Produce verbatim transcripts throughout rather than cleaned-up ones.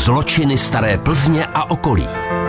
Zločiny staré Plzně a okolí.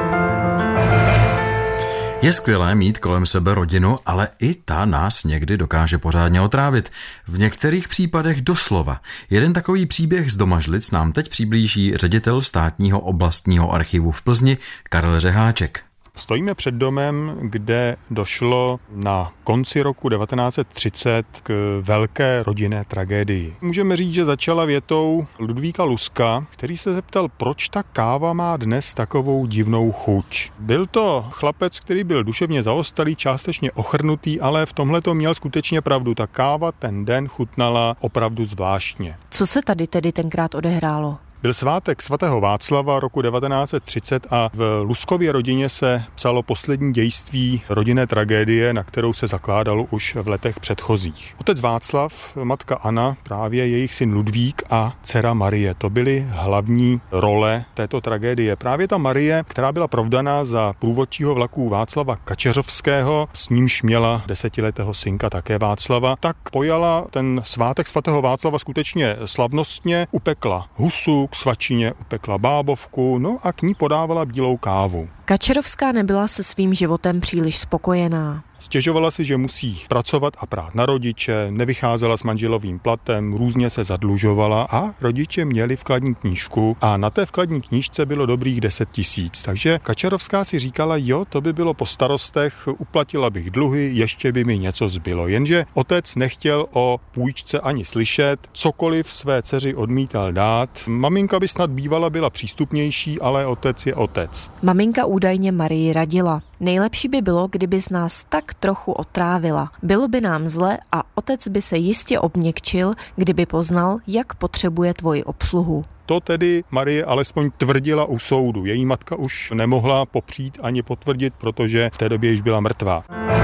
Je skvělé mít kolem sebe rodinu, ale i ta nás někdy dokáže pořádně otrávit. V některých případech doslova. Jeden takový příběh z Domažlic nám teď přiblíží ředitel Státního oblastního archivu v Plzni Karel Řeháček. Stojíme před domem, kde došlo na konci roku devatenáct set třicet k velké rodinné tragédii. Můžeme říct, že začala větou Ludvíka Luska, který se zeptal, proč ta káva má dnes takovou divnou chuť. Byl to chlapec, který byl duševně zaostalý, částečně ochrnutý, ale v tomhle to měl skutečně pravdu. Ta káva ten den chutnala opravdu zvláštně. Co se tady tedy tenkrát odehrálo? Byl svátek svatého Václava roku devatenáct set třicet a v Luskově rodině se psalo poslední dějství rodinné tragédie, na kterou se zakládalo už v letech předchozích. Otec Václav, matka Anna, právě jejich syn Ludvík a dcera Marie. To byly hlavní role této tragédie. Právě ta Marie, která byla provdaná za průvodčího vlaku Václava Kačeřovského, s nímž měla desetiletého synka také Václava, tak pojala ten svátek svatého Václava skutečně slavnostně, upekla husu, k svačině upekla bábovku, no a k ní podávala bílou kávu. Kačerovská nebyla se svým životem příliš spokojená. Stěžovala si, že musí pracovat a prát na rodiče, nevycházela s manželovým platem, různě se zadlužovala a rodiče měli vkladní knížku a na té vkladní knížce bylo dobrých deset tisíc. Takže Kačerovská si říkala, jo, to by bylo po starostech, uplatila bych dluhy, ještě by mi něco zbylo. Jenže otec nechtěl o půjčce ani slyšet, cokoliv své dceři odmítal dát. Maminka by snad bývala byla přístupnější, ale otec je otec. Maminka údajně Marii radila. Nejlepší by bylo, kdyby z nás tak trochu otrávila. Bylo by nám zle a otec by se jistě obměkčil, kdyby poznal, jak potřebuje tvoji obsluhu. To tedy Marie alespoň tvrdila u soudu. Její matka už nemohla popřít ani potvrdit, protože v té době již byla mrtvá.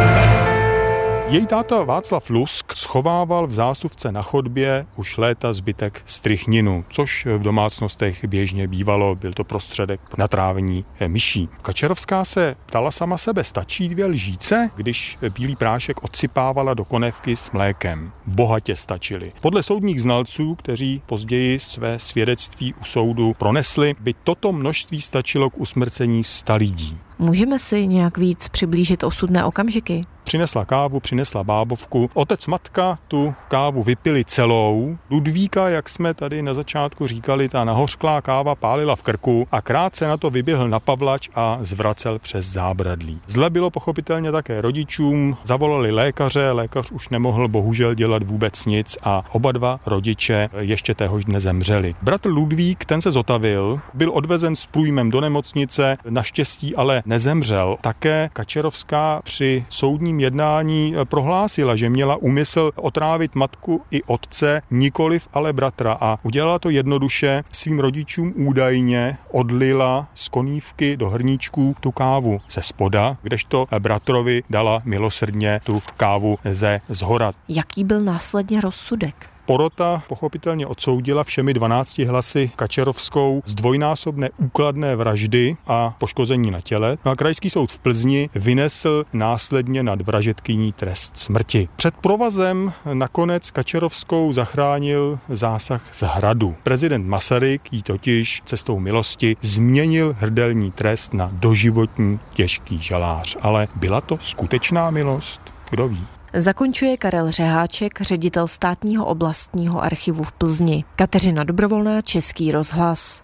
Její táta Václav Lusk schovával v zásuvce na chodbě už léta zbytek strychninu, což v domácnostech běžně bývalo, byl to prostředek na trávení myší. Kačerovská se ptala sama sebe, stačí dvě lžíce, když bílý prášek odsypávala do konevky s mlékem. Bohatě stačily. Podle soudních znalců, kteří později své svědectví u soudu pronesli, by toto množství stačilo k usmrcení sta lidí. Můžeme si nějak víc přiblížit osudné okamžiky? Přinesla kávu, přinesla bábovku. Otec, matka tu kávu vypili celou. Ludvíka, jak jsme tady na začátku říkali, ta nahořklá káva pálila v krku a krátce na to vyběhl na pavlač a zvracel přes zábradlí. Zle bylo pochopitelně také rodičům, zavolali lékaře, lékař už nemohl bohužel dělat vůbec nic a oba dva rodiče ještě téhož dne zemřeli. Bratr Ludvík, ten se zotavil, byl odvezen s průjmem do nemocnice, naštěstí ale nezemřel. Také Kačerovská při soudním jednání prohlásila, že měla úmysl otrávit matku i otce, nikoliv ale bratra a udělala to jednoduše, svým rodičům údajně odlila z konívky do hrníčků tu kávu ze spoda, kdežto bratrovi dala milosrdně tu kávu ze zhora. Jaký byl následně rozsudek? Porota pochopitelně odsoudila všemi dvanácti hlasy Kačerovskou z dvojnásobné úkladné vraždy a poškození na těle. A krajský soud v Plzni vynesl následně nad vražedkyní trest smrti. Před provazem nakonec Kačerovskou zachránil zásah z hradu. Prezident Masaryk jí totiž cestou milosti změnil hrdelní trest na doživotní těžký žalář. Ale byla to skutečná milost? Kdo ví? Zakončuje Karel Řeháček, ředitel Státního oblastního archivu v Plzni. Kateřina Dobrovolná, Český rozhlas.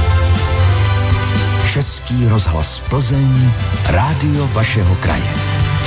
Český rozhlas Plzeň, rádio vašeho kraje.